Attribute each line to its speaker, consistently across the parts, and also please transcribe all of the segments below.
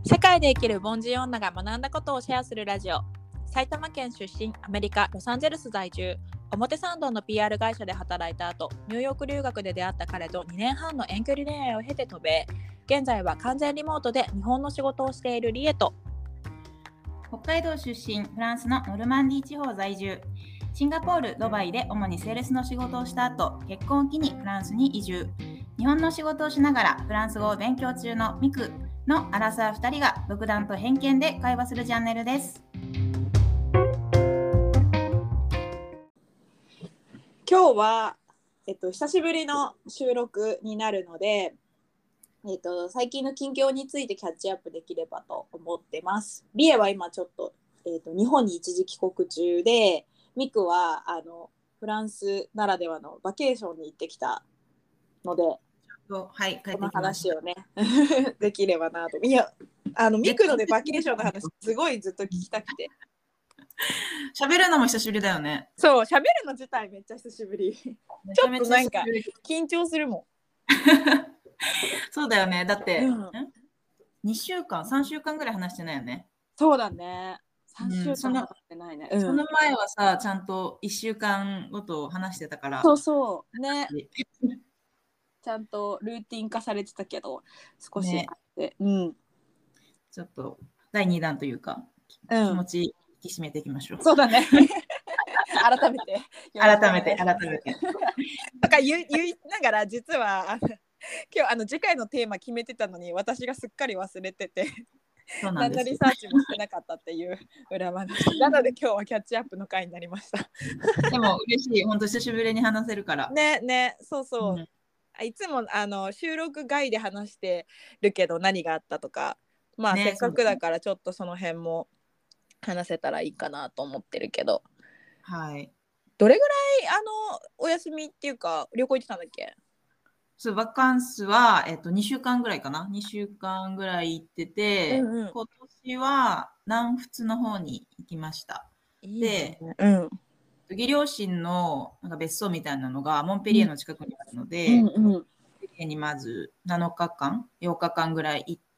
Speaker 1: 世界で生きる凡人女が学んだことをシェアするラジオ。埼玉県出身、アメリカ・ロサンゼルス在住、表参道の PR 会社で働いた後、ニューヨーク留学で出会った彼と2年半の遠距離恋愛を経て渡米。現在は完全リモートで日本の仕事をしているリエと、
Speaker 2: 北海道出身、フランスのノルマンディー地方在住、シンガポール、ドバイで主にセールスの仕事をした後、結婚を機にフランスに移住。日本の仕事をしながらフランス語を勉強中のミクのアラサー2人が独断と偏見で会話するチャンネルです。
Speaker 1: 今日は、久しぶりの収録になるので、最近の近況についてキャッチアップできればと思ってます。リエは今ちょっと、日本に一時帰国中で、ミクはフランスならではのバケーションに行ってきたので、
Speaker 2: はい、帰ってき
Speaker 1: この
Speaker 2: ました。
Speaker 1: 話をねできればなと。いや、ミクのでバケーションの話すごいずっと聞きたくて。
Speaker 2: 喋るのも久しぶりだよね。
Speaker 1: そう、喋るの自体めっちゃ久しぶり。ちょっとなんか緊張するもん。
Speaker 2: そうだよね。だって、
Speaker 1: 2
Speaker 2: 週間、3週間ぐらい話してないよね。
Speaker 1: そうだね。3週間話してないね。
Speaker 2: その前はさ、ちゃんと1週間ごと話してたから。
Speaker 1: そうそうね。ちゃんとルーティン化されてたけど、少し、ね、
Speaker 2: ちょっと第2弾というか、気持ち引き締めていきましょう。
Speaker 1: そうだね。改めて。とか言いながら、実は今日次回のテーマ決めてたのに、私がすっかり忘れてて。何のリサーチもしてなかったっていう裏話なので、今日はキャッチアップの回になりました。
Speaker 2: でも嬉しい、本当久しぶりに話せるから
Speaker 1: ね、そうそう、いつも収録外で話してるけど何があったとか、まあ、せっかくだからちょっとその辺も話せたらいいかなと思ってるけど、
Speaker 2: はい。
Speaker 1: どれぐらいお休みっていうか旅行行ってたんだっけ？
Speaker 2: そう、バカンスは、2週間ぐらいかな。2週間ぐらい行ってて、今年は南仏の方に行きました。で、義両親のなんか別荘みたいなのがモンペリエの近くにあるので、モンペリエにまず7日間、8日間ぐらい行って、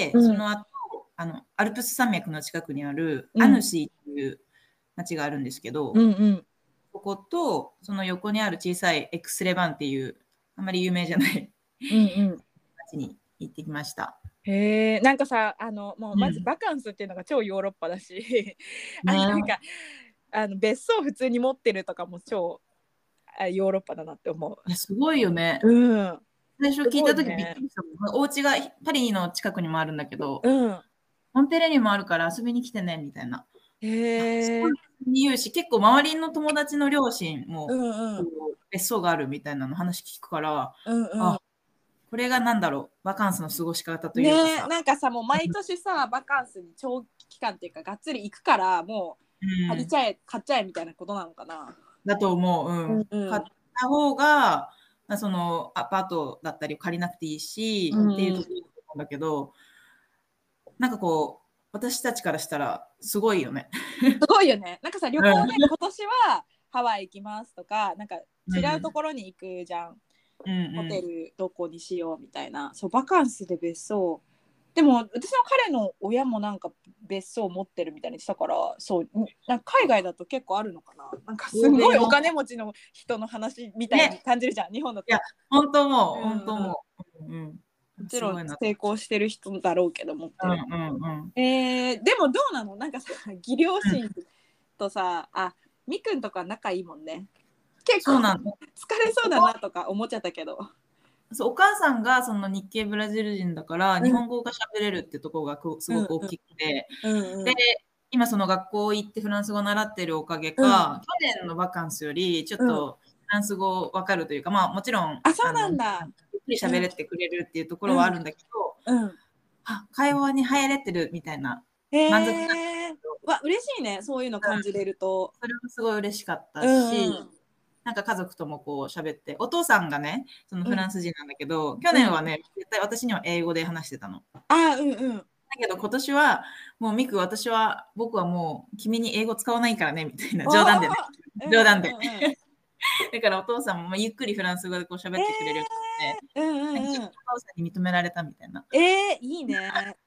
Speaker 2: その後、アルプス山脈の近くにあるアヌシーっていう町があるんですけど、こことその横にある小さいエクスレバンっていうあまり有名じゃない町に行ってきました。
Speaker 1: へえ、なんかさ、もうまずバカンスっていうのが超ヨーロッパだし、なんか別荘普通に持ってるとかも超ヨーロッパだなって思う。
Speaker 2: いや、すごいよね。最初聞いた時びっくりしたもん。お家がパリの近くにもあるんだけど、モンペレにもあるから遊びに来てねみたいな。
Speaker 1: へえ。
Speaker 2: 言うし、結構周りの友達の両親も別荘があるみたいなの話聞くから、あ、これがなんだろう、バカンスの過ごし方というかさ、
Speaker 1: なんかさ、もう毎年さバカンスに長期間っていうかがっつり行くから、もう買っちゃえみたいなことなのかな。
Speaker 2: だと思う。買った方がそのアパートだったり借りなくていいし、っていうところだと思うんだけど、なんかこう私たちからしたらすごいよね。
Speaker 1: すごいよね。なんかさ、旅行で今年はハワイ行きますとか、なんか違うところに行くじゃん。ホテルどこにしようみたいな。そう、バカンスで別荘。でも私の彼の親もなんか別荘持ってるみたいにしたから、そうなんか海外だと結構あるのかな。なんかすごいお金持ちの人の話みたいに感じるじゃん、日本だと。
Speaker 2: いや、本当もう、本当もう。
Speaker 1: もちろん成功してる人だろうけど持ってる。でもどうなの？なんかさ、義両親とさ、みくんとか仲いいもんね。結構疲れそうだなとか思っちゃったけど。
Speaker 2: そう、お母さんがその日系ブラジル人だから、日本語が喋れるってところがすごく大きくて、で今その学校行ってフランス語を習ってるおかげか、去年のバカンスよりちょっとフランス語わかるというか、まあもちろん
Speaker 1: そうなんだ、
Speaker 2: ゆっくり喋れてくれるっていうところはあるんだけど、会話に入れてるみたいな満足感。
Speaker 1: 嬉しいね、そういうの感じれると。
Speaker 2: それもすごい嬉しかったし、なんか家族ともこう喋って、お父さんがね、そのフランス人なんだけど、去年はね、絶対私には英語で話してたの。だけど今年はもうミク、僕はもう君に英語使わないからねみたいな、冗談でね、冗談で。だからお父さんもゆっくりフランス語でこう喋ってくれるので、お父さんに認められたみたいな。
Speaker 1: いいね。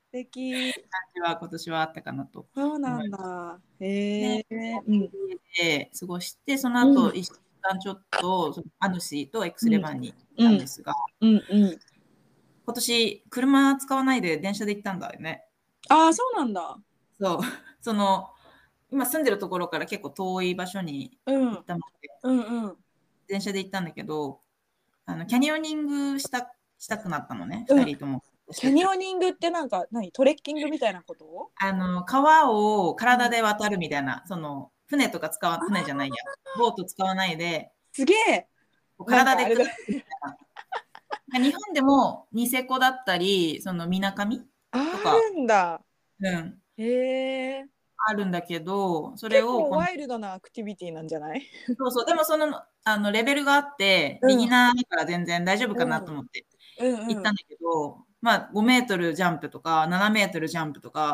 Speaker 1: 敵
Speaker 2: 感じは今年はあったかなと。
Speaker 1: そうなんだ。へえ。
Speaker 2: うん、で過ごして、その後1週間ちょっと、アヌシーと X レバンに行ったんですが、今年車使わないで電車で行ったんだよね。
Speaker 1: ああ、そうなんだ。
Speaker 2: そう、今住んでるところから結構遠い場所に行ったので、電車で行ったんだけど、キャニオニングしたくなったのね、2人とも。
Speaker 1: キャニオニングってなんかトレッキングみたいなこと？
Speaker 2: 川を体で渡るみたいな、船とか船じゃないや、ボート使わないで、
Speaker 1: すげえ
Speaker 2: 体で日本でもニセコだったり、みなかみとか、
Speaker 1: あるんだ。
Speaker 2: へえ。あるんだけど、それを
Speaker 1: 結構ワイルドなアクティビティなんじゃない？
Speaker 2: そうそう、でもレベルがあって、ビギナーだから全然大丈夫かなと思って行ったんだけど、まあ5メートルジャンプとか7メートルジャンプとか。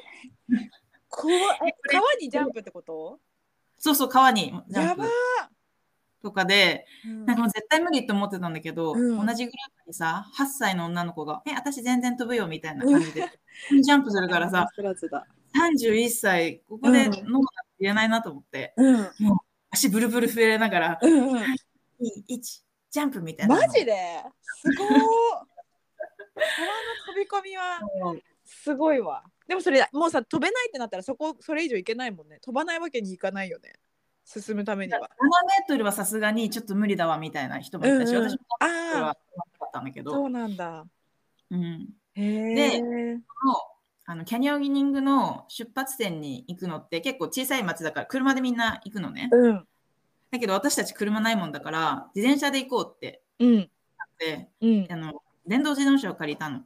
Speaker 1: 川にジャンプってこと？
Speaker 2: そうそう、川にジャンプ
Speaker 1: やばー
Speaker 2: とかで、なんかもう絶対無理って思ってたんだけど、同じグループにさ、8歳の女の子が、私全然飛ぶよみたいな感じで、ジャンプするからさ、31歳、ここでノーなんて言えないなと思って、もう足ブルブル震えながら、2、1、ジャンプみたいな。
Speaker 1: マジですごー川の飛び込みはすごいわ。でもそれもうさ、飛べないってなったらそれ以上いけないもんね。飛ばないわけにいかないよね、進むためには。
Speaker 2: 7メートルはさすがにちょっと無理だわみたいな人もいたし、私も7メートルはなかったんだけど。
Speaker 1: そうなんだ。
Speaker 2: で、キャニオニングの出発点に行くのって結構小さい町だから車でみんな行くのね。だけど私たち車ないもんだから自転車で行こうってなって、電動自動車を借りたの。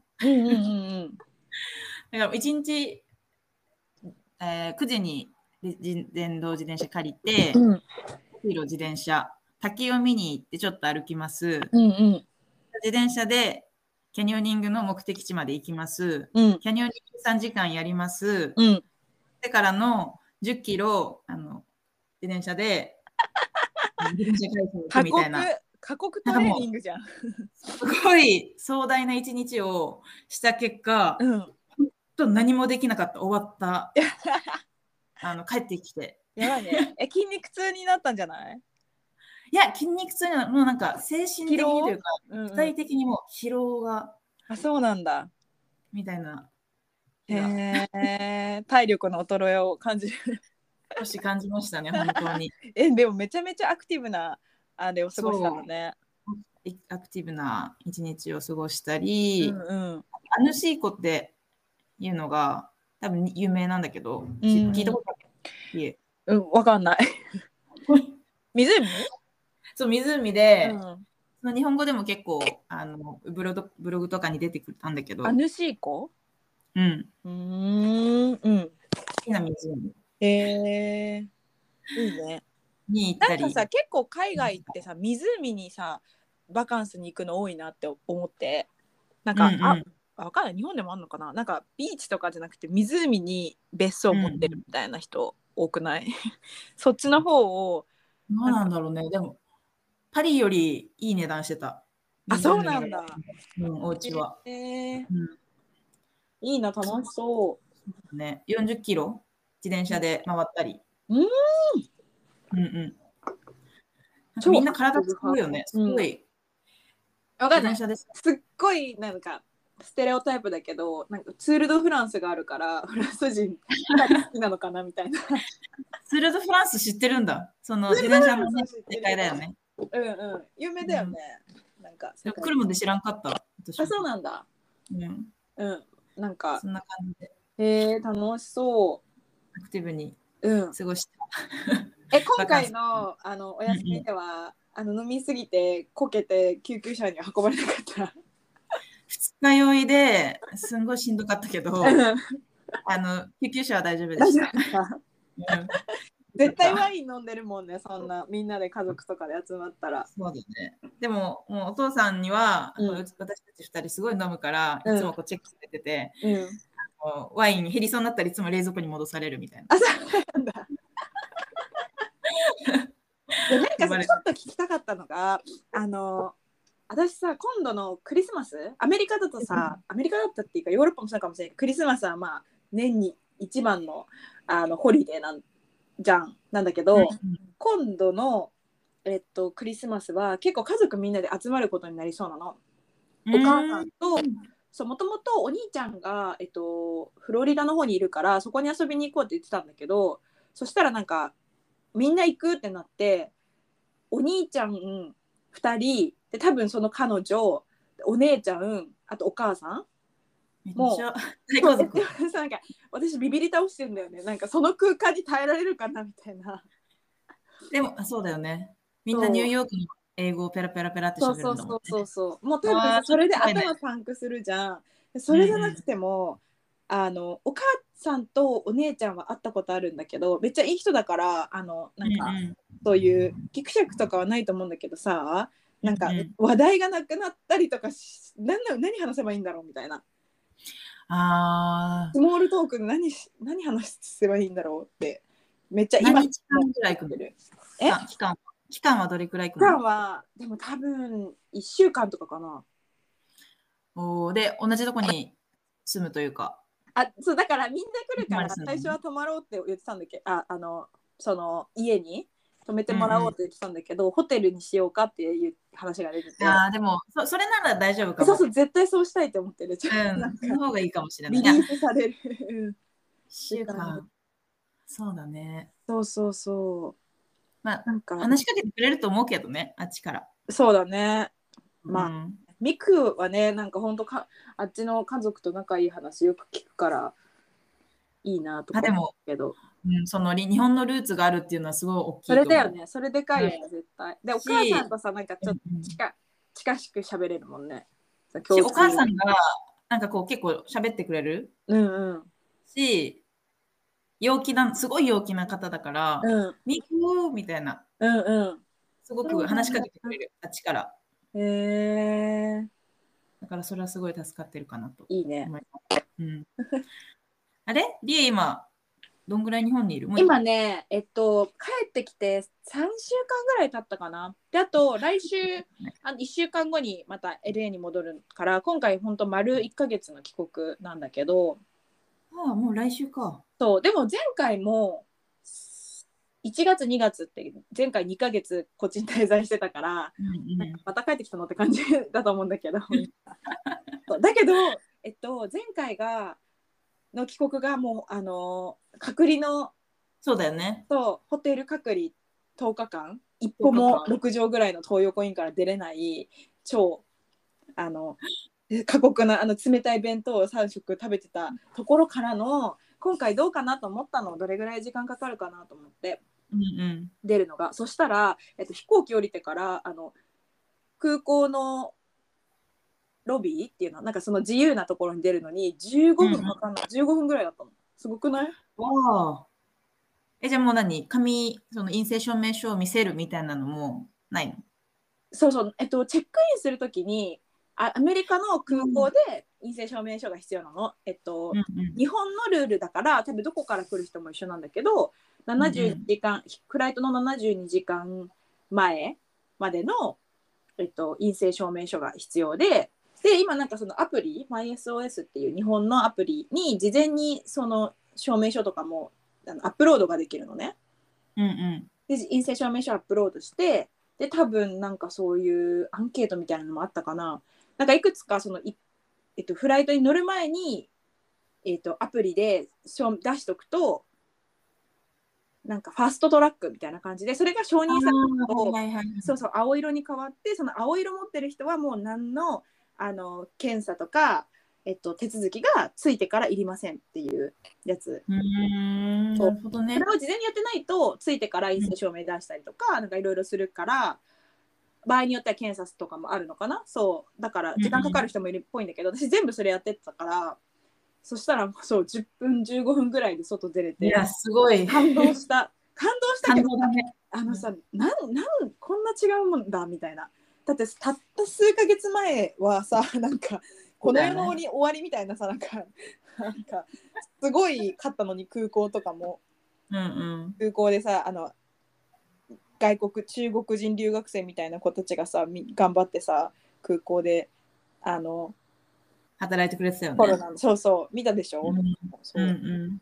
Speaker 2: だから1日、9時に電動自転車借りて、5キロ自転車、滝を見に行ってちょっと歩きます。自転車でキャニオニングの目的地まで行きます。キャニオニング3時間やります。でからの10キロ自転車で自転車回復行くみたいな。
Speaker 1: 過酷トレーニングじゃん。
Speaker 2: すごい壮大な一日をした結果、本当何もできなかった。終わった。帰ってきて。
Speaker 1: やばいね。筋肉痛になったんじゃない？
Speaker 2: いや、筋肉痛にはもうなんか精神的にというか、肉体的にも疲労が。
Speaker 1: あ、そうなんだ。
Speaker 2: みたいな。
Speaker 1: 体力の衰えを感じる。
Speaker 2: 少し感じましたね、本当に。
Speaker 1: でもめちゃめちゃアクティブなあれを過ごしたのね。
Speaker 2: アクティブな一日を過ごしたり、アヌシーコっていうのが多分有名なんだけど、聞いたことある？
Speaker 1: わかんない。湖？
Speaker 2: そう、湖で、日本語でも結構ブログとかに出てくるんだけど。
Speaker 1: アヌシーコ？
Speaker 2: 好きな湖。
Speaker 1: いいね。
Speaker 2: に行ったり。
Speaker 1: なんかさ、結構海外ってさ、湖にさバカンスに行くの多いなって思って、なんか、わかんない、日本でもあるのかな、なんかビーチとかじゃなくて湖に別荘を持ってるみたいな人多くない？そっちの方を。
Speaker 2: どうなんだろうね。でもパリよりいい値段してた。
Speaker 1: あ、そうなんだ。
Speaker 2: お家は。
Speaker 1: いいな、楽しそう。
Speaker 2: ね、40キロ自転車で回ったり。みんな体使うよね。すごい。
Speaker 1: わかんない。すっごいなんかステレオタイプだけど、なんかツール・ド・フランスがあるからフランス人が好きなのかなみたいな。
Speaker 2: ツール・ド・フランス知ってるんだ。その自転車の世界だよね。
Speaker 1: 有名だよね。なんか
Speaker 2: 来るまで知らんかった。
Speaker 1: あ、そうなんだ。なんか
Speaker 2: そんな感じで。
Speaker 1: 楽しそう。
Speaker 2: アクティブに過ごした。
Speaker 1: 今回のお休みでは飲みすぎてこけて救急車に運ばれなかった？
Speaker 2: 二日酔いですんごいしんどかったけど救急車は大丈夫でした。
Speaker 1: 絶対ワイン飲んでるもんね、そんなみんなで家族とかで集まったら。
Speaker 2: そうだね。でも、もうお父さんには、私たち2人すごい飲むから、いつもこうチェックされてて、ワイン減りそうになったらいつも冷蔵庫に戻されるみたいな。
Speaker 1: あ、そうなんだ。なんかちょっと聞きたかったのが、 私さ、今度のクリスマス、アメリカだとさ、アメリカだったっていうか、ヨーロッパもそうかもしれないけど、クリスマスはまあ、年に一番の、ホリデーなんだけど、今度の、クリスマスは結構家族みんなで集まることになりそうなの。お母さんと、もともとお兄ちゃんが、フロリダの方にいるから、そこに遊びに行こうって言ってたんだけど、そしたらなんか、みんな行くってなって、お兄ちゃん2人で、多分その彼女、お姉ちゃん、あとお母さんもう大家族なんか私ビビり倒してるんだよね。なんかその空間に耐えられるかなみたいな。
Speaker 2: でもそうだよね。みんなニューヨークの英語をペラペラペラって喋るんだもんね。
Speaker 1: そうもう多分それで頭パンクするじゃん。それじゃなくても、お母さんとお姉ちゃんは会ったことあるんだけど、めっちゃいい人だから、なんか、そういうギクシャクとかはないと思うんだけどさ、なんか話題がなくなったりとか何話せばいいんだろうみたいな。スモールトークで何話せばいいんだろうってめっちゃ今
Speaker 2: 何日間ぐらい来る？期間はどれくらい来るの？
Speaker 1: 期間はでも多分1週間とかかな。
Speaker 2: で同じとこに住むというか。
Speaker 1: そうだからみんな来るから最初は泊まろうって言ってたんだけど、その家に泊めてもらおうって言ってたんだけど、ホテルにしようかっていう話が出てて。
Speaker 2: でもそれなら大丈夫かも。
Speaker 1: そう絶対そうしたいと思ってる。
Speaker 2: その方がいいかもしれない。
Speaker 1: リリースされる。
Speaker 2: 1週間。そうだね。
Speaker 1: そう。
Speaker 2: まあ、なんか話しかけてくれると思うけどね、あっちから。
Speaker 1: そうだね。まあ、ミクはね、なんか本当あっちの家族と仲いい話よく聞くからいいなとか思うけど。
Speaker 2: その日本のルーツがあるっていうのはすごい大きい
Speaker 1: と思う。それだよね。それでかいよね、絶対。で、お母さんとさ、なんかちょっと近しく喋れるもんね。
Speaker 2: お母さんがなんかこう結構喋ってくれるし、すごい陽気な方だから、ミクみたいな、すごく話しかけてくれる、あっちから。だからそれはすごい助かってるかなと。
Speaker 1: いいね。
Speaker 2: あれリエ今、どんぐらい日本にいる？
Speaker 1: 今ね、帰ってきて3週間ぐらい経ったかな。で、あと来週、1週間後にまた LA に戻るから、今回本当丸1ヶ月の帰国なんだけど。
Speaker 2: もう来週か。
Speaker 1: そう、でも前回も1月2月って前回2ヶ月こっちに滞在してたから、また帰ってきたのって感じだと思うんだけどだけど、前回の帰国がもう隔離の
Speaker 2: そうだよね。
Speaker 1: ホテル隔離10日間一歩も6畳ぐらいの東横インから出れない超過酷な冷たい弁当を3食食べてたところからの今回どうかなと思ったの。どれぐらい時間かかるかなと思って出るのが、そしたら、飛行機降りてから空港のロビーっていうのなんかその自由なところに出るのに15分かかんない、15分ぐらいだったの。すごくない？
Speaker 2: わあ。じゃあもうその陰性証明書を見せるみたいなのもないの？
Speaker 1: そう、チェックインするときにアメリカの空港で陰性証明書が必要なの。日本のルールだから多分どこから来る人も一緒なんだけど、72時間、フライトの72時間前までの、陰性証明書が必要で、今なんかそのアプリ MySOS っていう日本のアプリに事前にその証明書とかもアップロードができるのね。で陰性証明書アップロードして、で多分なんかそういうアンケートみたいなのもあったかな。なんかいくつかそのフライトに乗る前に、アプリで出しとくとなんかファストトラックみたいな感じで、それが承認されると、青色に変わって、その青色持ってる人はもう何の検査とか、手続きがついてからいりませんっていうやつ。
Speaker 2: なるほどね。
Speaker 1: それを事前にやってないとついてから陰性証明出したりとか、なんかいろいろするから、場合によっては検査とかもあるのかな。そうだから時間かかる人もいるっぽいんだけど、私全部それやってたから、そしたらそう10分15分ぐらいで外出れて、
Speaker 2: いやすごい
Speaker 1: 感動したけど、
Speaker 2: ね、
Speaker 1: さこんな違うんだみたいな。だってたった数ヶ月前はさ、なんかこの世の終わりみたいなさ、なんかすごいかったのに、空港とかも、空港でさ中国人留学生みたいな子たちがさ頑張ってさ空港で
Speaker 2: 働いてくれてたよね。
Speaker 1: コロナのそうそう見たでしょ、そう、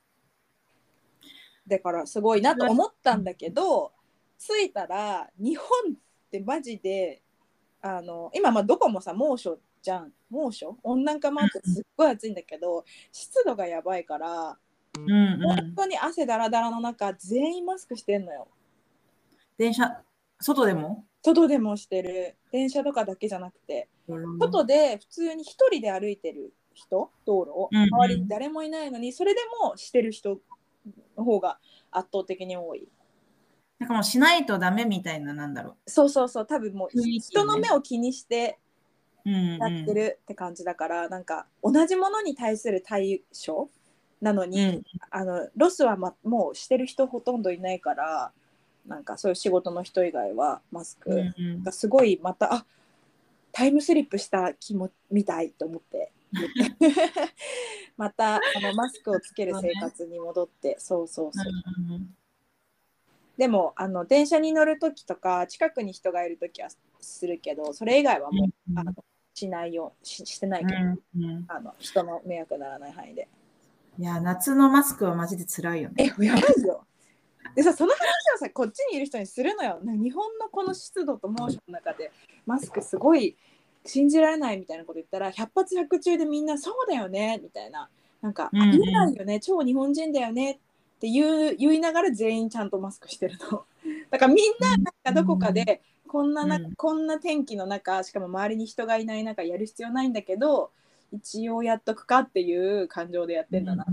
Speaker 1: だからすごいなと思ったんだけど、着いたら日本ってマジで今まあどこもさ猛暑じゃん、猛暑温暖化もあってすっごい暑いんだけど、湿度がやばいから、本当に汗だらだらの中全員マスクしてんのよ。
Speaker 2: 電車外でも
Speaker 1: してる。電車とかだけじゃなくて、外で普通に一人で歩いてる人、道路を周りに誰もいないのに、それでもしてる人の方が圧倒的に多い。
Speaker 2: なんかもうしないとダメみたいな、なんだろう。
Speaker 1: そうそうそう、多分もう人の目を気にしてやってるって感じだから、なんか同じものに対する対処なのに、ロスは、もうしてる人ほとんどいないから、なんかそういう仕事の人以外はマスクがすごいまたタイムスリップした気もみたいと思ってまたマスクをつける生活に戻って、そうそうそう、でも電車に乗るときとか近くに人がいるときはするけど、それ以外はもう、しないようしてないけど、人の迷惑ならない範囲で。
Speaker 2: いや夏のマスクはマジで辛いよね。
Speaker 1: やばいよ。でさ、その話をさこっちにいる人にするのよ。日本のこの湿度と猛暑の中でマスクすごい信じられないみたいなこと言ったら、百発百中でみんなそうだよねみたいな、なんかありえないよね、超日本人だよねって言いながら全員ちゃんとマスクしてるの。だからみんななんかどこかでこんな天気の中、しかも周りに人がいない中やる必要ないんだけど、一応やっとくかっていう感情でやってんだな。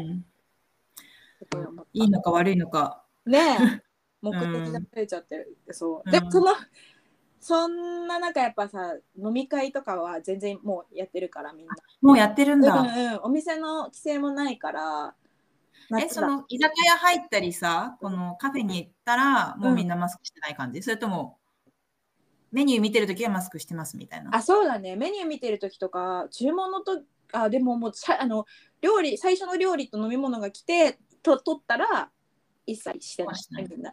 Speaker 2: いいのか悪いのか
Speaker 1: ねえ、目的が増えちゃってる。そう。でもそんな中やっぱさ、飲み会とかは全然もうやってるから、みんな。
Speaker 2: もうやってるんだ。
Speaker 1: お店の規制もないから。
Speaker 2: その居酒屋入ったりさ、このカフェに行ったらもうみんなマスクしてない感じ？それともメニュー見てるときはマスクしてますみたいな。
Speaker 1: そうだね。メニュー見てるときとか、注文のとでももう最初の料理と飲み物が来て取ったら一切してない。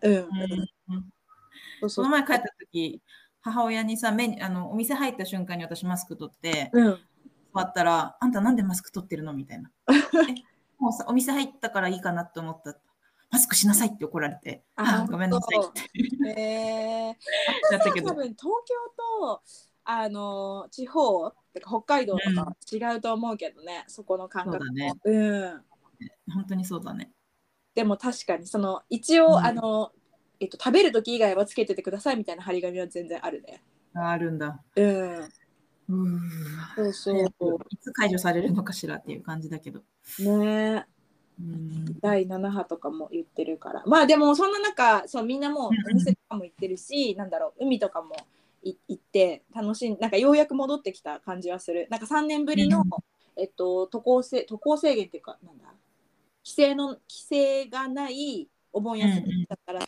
Speaker 2: その前帰ったとき、母親にさ、お店入った瞬間に私マスク取って、座ったら、あんたなんでマスク取ってるのみたいな。もうさ、お店入ったからいいかなと思った。マスクしなさいって怒られて、ごめんなさいって。
Speaker 1: だったけど、多分東京と地方ってか北海道とか違うと思うけどね、そこの感覚も。そうだね。
Speaker 2: 本当にそうだね。
Speaker 1: でも確かに一応、食べる時以外はつけててくださいみたいな張り紙は全然あるね。
Speaker 2: あるんだ。
Speaker 1: そうそう。
Speaker 2: いつ解除されるのかしらっていう感じだけど。
Speaker 1: ね。第7波とかも言ってるから。まあでもそんな中、みんなもうお店とかも行ってるし、なんだろう、海とかも行って楽しん、なんかようやく戻ってきた感じはする。なんか3年ぶりの、渡航制限っていうか、なんだ、規制がないお盆休みだったらって、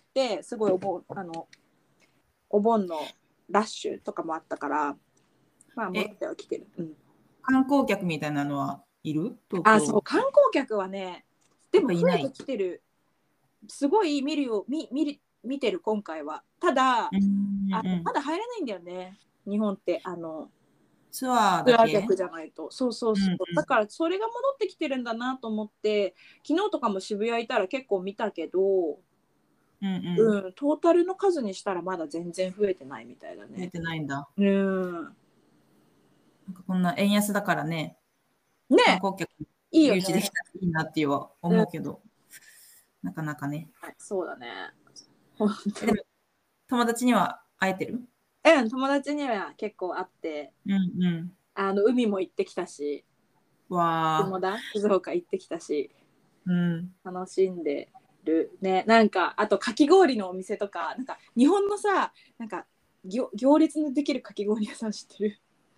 Speaker 1: すごいお盆のラッシュとかもあったから、まあ戻ってはきてる。
Speaker 2: 観光客みたいなのはいる？
Speaker 1: そう、観光客はね、でも増えてきてる。すごい見てる今回は。ただ、まだ入れないんだよね、日本って。
Speaker 2: ツアー
Speaker 1: 客じゃないと。そう。だからそれが戻ってきてるんだなと思って、昨日とかも渋谷いたら結構見たけど、トータルの数にしたらまだ全然増えてないみたいだね。
Speaker 2: 増えてないんだ。
Speaker 1: なん
Speaker 2: かこんな円安だからね。観光客誘致できたらいいなっては思うけど、なかなかね。
Speaker 1: そうだね。
Speaker 2: でも友達には会えてる？
Speaker 1: 友達には結構会って、海も行ってきたし、静岡行ってきたし、楽しんでるね。なんかあとかき氷のお店とか、なんか日本のさ、なんか行列のできるかき氷屋さん知ってる？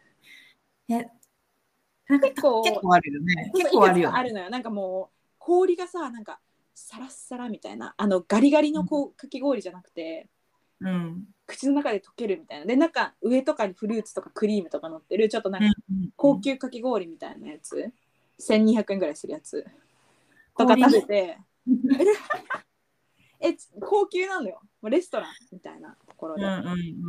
Speaker 2: 結構あるよね。結構あるよね。
Speaker 1: あるのよ。なんかもう氷がさ、なんかサラッサラみたいな、ガリガリのかき氷じゃなくて、口の中で溶けるみたいな。で、上とかにフルーツとかクリームとか乗ってる、ちょっとなんか高級かき氷みたいなやつ、1200円ぐらいするやつとか食べて高級なのよ、レストランみたいなところで。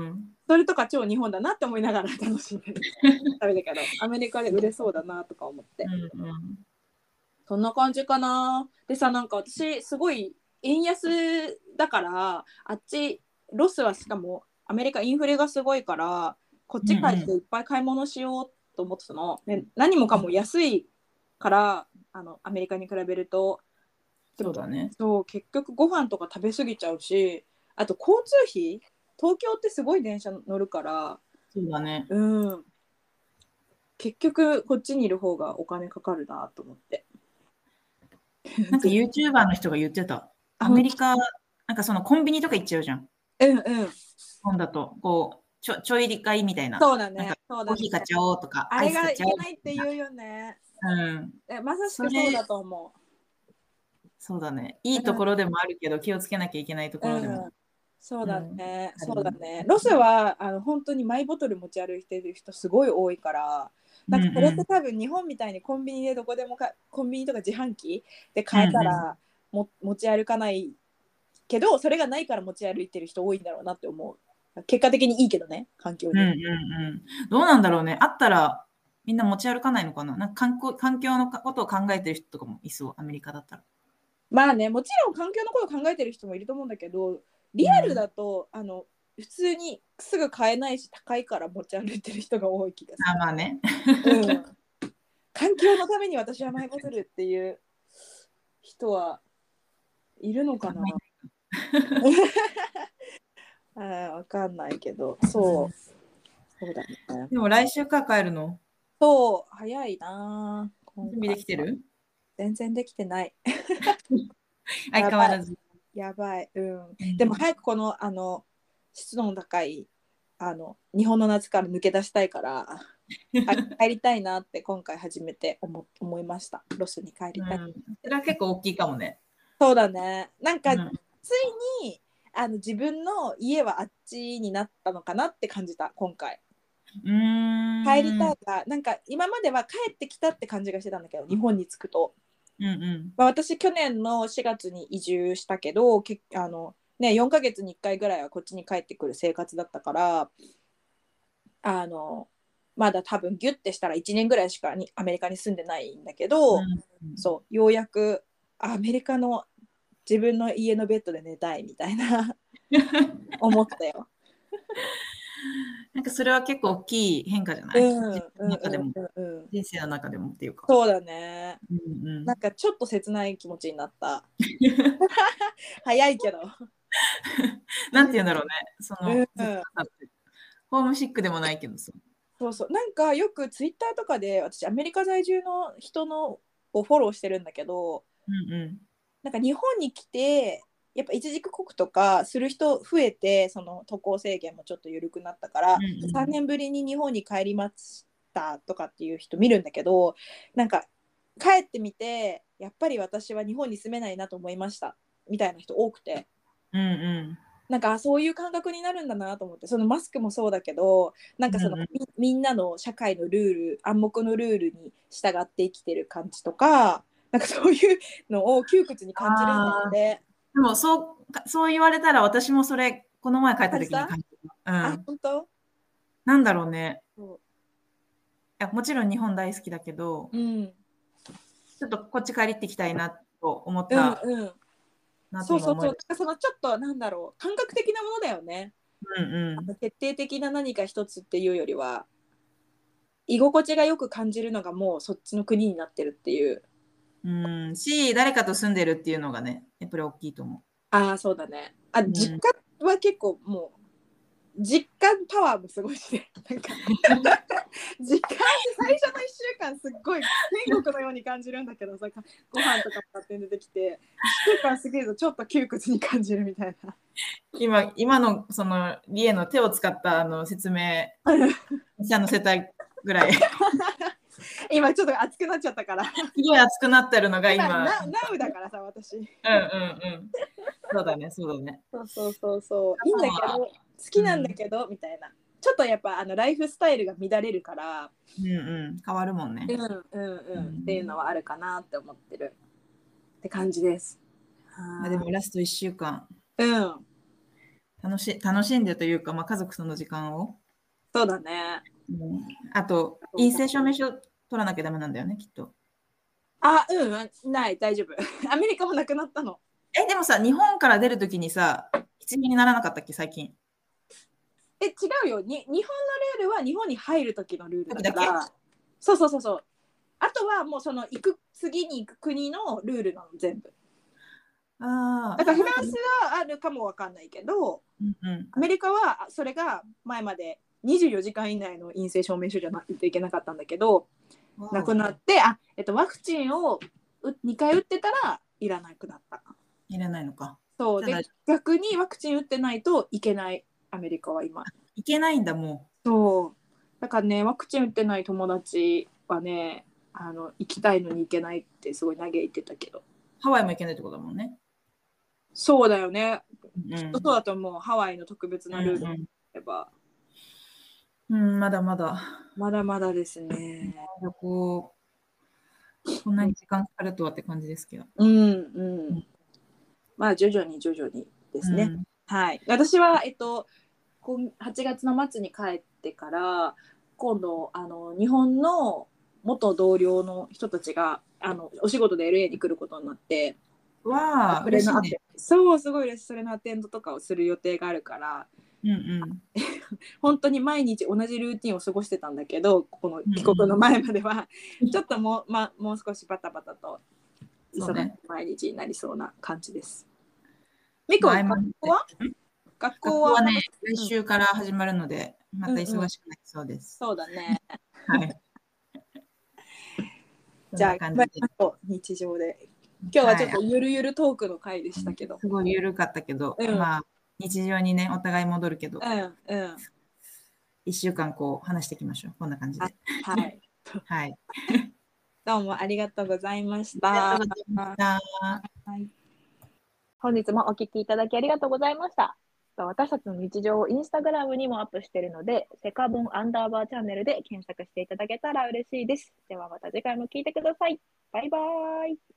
Speaker 1: それとか超日本だなって思いながら楽しんでる食べたけど、アメリカで売れそうだなとか思って、
Speaker 2: うんうん、
Speaker 1: そんな感じかな。でさ、なんか私すごい円安だから、あっちロスはしかもアメリカインフレがすごいから、こっち帰っていっぱい買い物しようと思ってたの、ね、何もかも安いからアメリカに比べると。
Speaker 2: そうだね。
Speaker 1: そう結局ご飯とか食べ過ぎちゃうし、あと交通費、東京ってすごい電車乗るから、
Speaker 2: そうだね。
Speaker 1: うん、結局こっちにいる方がお金かかるなと思って。
Speaker 2: なんか YouTuber の人が言ってた。アメリカ、なんかそのコンビニとか行っちゃうじゃん。
Speaker 1: うんうん。
Speaker 2: 日本だと、こう、ちょい理解みたいな。
Speaker 1: そうだね。
Speaker 2: なんか
Speaker 1: そうだね。
Speaker 2: コーヒー買っちゃおうとか、
Speaker 1: あれ
Speaker 2: アイス買っちゃおう
Speaker 1: がいけないって言うよね。
Speaker 2: うん。
Speaker 1: まさしくそうだと思
Speaker 2: そうだね。いい
Speaker 1: う。
Speaker 2: ところでもあるけど、気をつけなきゃいけないところでも。
Speaker 1: うん、そうだ
Speaker 2: うん
Speaker 1: ね。そうだね。ロスは本当にマイボトル持ち歩いてる人すごい多いから、なんかそれって多分日本みたいにコンビニでどこでもコンビニとか自販機で買えたら持ち歩かないけど、それがないから持ち歩いてる人多いんだろうなって思う。結果的にいいけどね、環境に。
Speaker 2: どうなんだろうね。あったらみんな持ち歩かないのかな。なんか環境のことを考えてる人とかもいそう、アメリカだったら。
Speaker 1: まあね、もちろん環境のことを考えてる人もいると思うんだけど、リアルだと、普通にすぐ買えないし高いから持ち歩いてる人が多い気がする。
Speaker 2: まあね。
Speaker 1: うん、環境のために私はマイボトルっていう人はいるのかな。わかんないけど、そうだね。
Speaker 2: でも来週から帰るの？
Speaker 1: そう、早いな。
Speaker 2: 準備できてる？
Speaker 1: 全然できてない。
Speaker 2: 相変わらず。
Speaker 1: やばい。うん。でも早くこの、湿度の高い、日本の夏から抜け出したいから、帰りたいなって今回初めて思いました。ロスに帰りたい。
Speaker 2: それは結構大きいかもね。
Speaker 1: そうだね。なんか、ついに自分の家はあっちになったのかなって感じた、今回。帰りたいが、なんか今までは帰ってきたって感じがしてたんだけど、日本に着くと。私、去年の4月に移住したけど、4ヶ月に1回ぐらいはこっちに帰ってくる生活だったから、まだ多分ギュッてしたら1年ぐらいしかアメリカに住んでないんだけど、そうようやくアメリカの自分の家のベッドで寝たいみたいな思ったよ。
Speaker 2: なんかそれは結構大きい変化じゃない？人生の中でもっていうか。
Speaker 1: そうだね。なんかちょっと切ない気持ちになった。早いけど。
Speaker 2: なんて言うんだろうね。ホームシックでもないけどさ。
Speaker 1: そうそう。なんかよくツイッターとかで私アメリカ在住の人のをフォローしてるんだけど、なんか日本に来てやっぱ一時帰国とかする人増えて、その渡航制限もちょっと緩くなったから、3年ぶりに日本に帰りましたとかっていう人見るんだけど、なんか帰ってみてやっぱり私は日本に住めないなと思いましたみたいな人多くて、なんかそういう感覚になるんだなと思って、そのマスクもそうだけど、なんかその、みんなの社会のルール、暗黙のルールに従って生きてる感じとか、なんかそういうのを窮屈に感じるんだって。
Speaker 2: でもそう言われたら私もそれこの前帰った時に感じ
Speaker 1: た。本当？
Speaker 2: なんだろうね。いやもちろん日本大好きだけど、ちょっとこっち帰りってきたいなと思った。
Speaker 1: そうそうそう。そのちょっとなんだろう、感覚的なものだよね。決定的な何か一つっていうよりは、居心地がよく感じるのがもうそっちの国になってるっていう。
Speaker 2: 誰かと住んでるっていうのがね、やっぱり大きいと思う。
Speaker 1: そうだね。実家は結構もう、実感パワーもすごいしね。なんか実感って最初の1週間すっごい天国のように感じるんだけどさ、ご飯とか勝手に出てきて1週間過ぎるとちょっと窮屈に感じるみたいな。
Speaker 2: 今のそのリエの手を使った説明者の世帯ぐらい
Speaker 1: 今ちょっと熱くなっちゃったから。す
Speaker 2: ごい熱くなってるのが今。
Speaker 1: ナウだからさ、私。
Speaker 2: そうだね。
Speaker 1: そう。いいんだけど、好きなんだけど、みたいな。ちょっとやっぱライフスタイルが乱れるから、
Speaker 2: 変わるもんね。
Speaker 1: っていうのはあるかなって思ってるって感じです。
Speaker 2: でもラスト1週間。 楽しんでというか、まあ、家族との時間を。
Speaker 1: そうだね。
Speaker 2: あと、陰性証明書取らなきゃダメなんだよね、きっと。
Speaker 1: ない、大丈夫。アメリカもなくなったの。
Speaker 2: でもさ、日本から出るときにさ、必要にならなかったっけ、最近。
Speaker 1: 違うよ。日本のルールは日本に入る時のルールだか
Speaker 2: だ
Speaker 1: ら。そうそうそうそう。あとはもうその次に行く国のルールなの、全部。だからフランスはあるかもわかんないけど、アメリカはそれが前まで24時間以内の陰性証明書じゃないといけなかったんだけど、なくなって、ワクチンを2回打ってたらいらなくなった。
Speaker 2: いらないのか。
Speaker 1: そうで、逆にワクチン打ってないといけない、アメリカは今。
Speaker 2: いけないんだ、も
Speaker 1: う。そう。だからね、ワクチン打ってない友達はね、行きたいのに行けないってすごい嘆いてたけど。
Speaker 2: ハワイも行けないってことだもんね。
Speaker 1: そうだよね。そうだと思う。ハワイの特別なルールがあれば。
Speaker 2: まだまだ。
Speaker 1: まだまだですね。
Speaker 2: こんなに時間かかるとはって感じですけど。
Speaker 1: まあ徐々にですね。はい。私は8月の末に帰ってから今度日本の元同僚の人たちがお仕事で LA に来ることになって、
Speaker 2: わあ、嬉しいね。
Speaker 1: そうすごいです。それのアテンドとかをする予定があるから、本当に毎日同じルーティンを過ごしてたんだけど、この帰国の前までは、ちょっともう少しバタバタと忙しい毎日になりそうな感じです。みこは学校は
Speaker 2: ね、来週から始まるので、また忙しくなりそうです。
Speaker 1: そうだね。
Speaker 2: はい。
Speaker 1: じゃあ、日常で。今日はちょっとゆるゆるトークの回でしたけど。
Speaker 2: すごいゆるかったけど、まあ、日常にね、お互い戻るけど、1週間話していきましょう。こんな感じで。
Speaker 1: はい。
Speaker 2: はい。
Speaker 1: どうもありがとうございました。本日もお聞きいただきありがとうございました。私たちの日常をインスタグラムにもアップしているので、セカボン_チャンネルで検索していただけたら嬉しいです。ではまた次回も聞いてください。バイバーイ。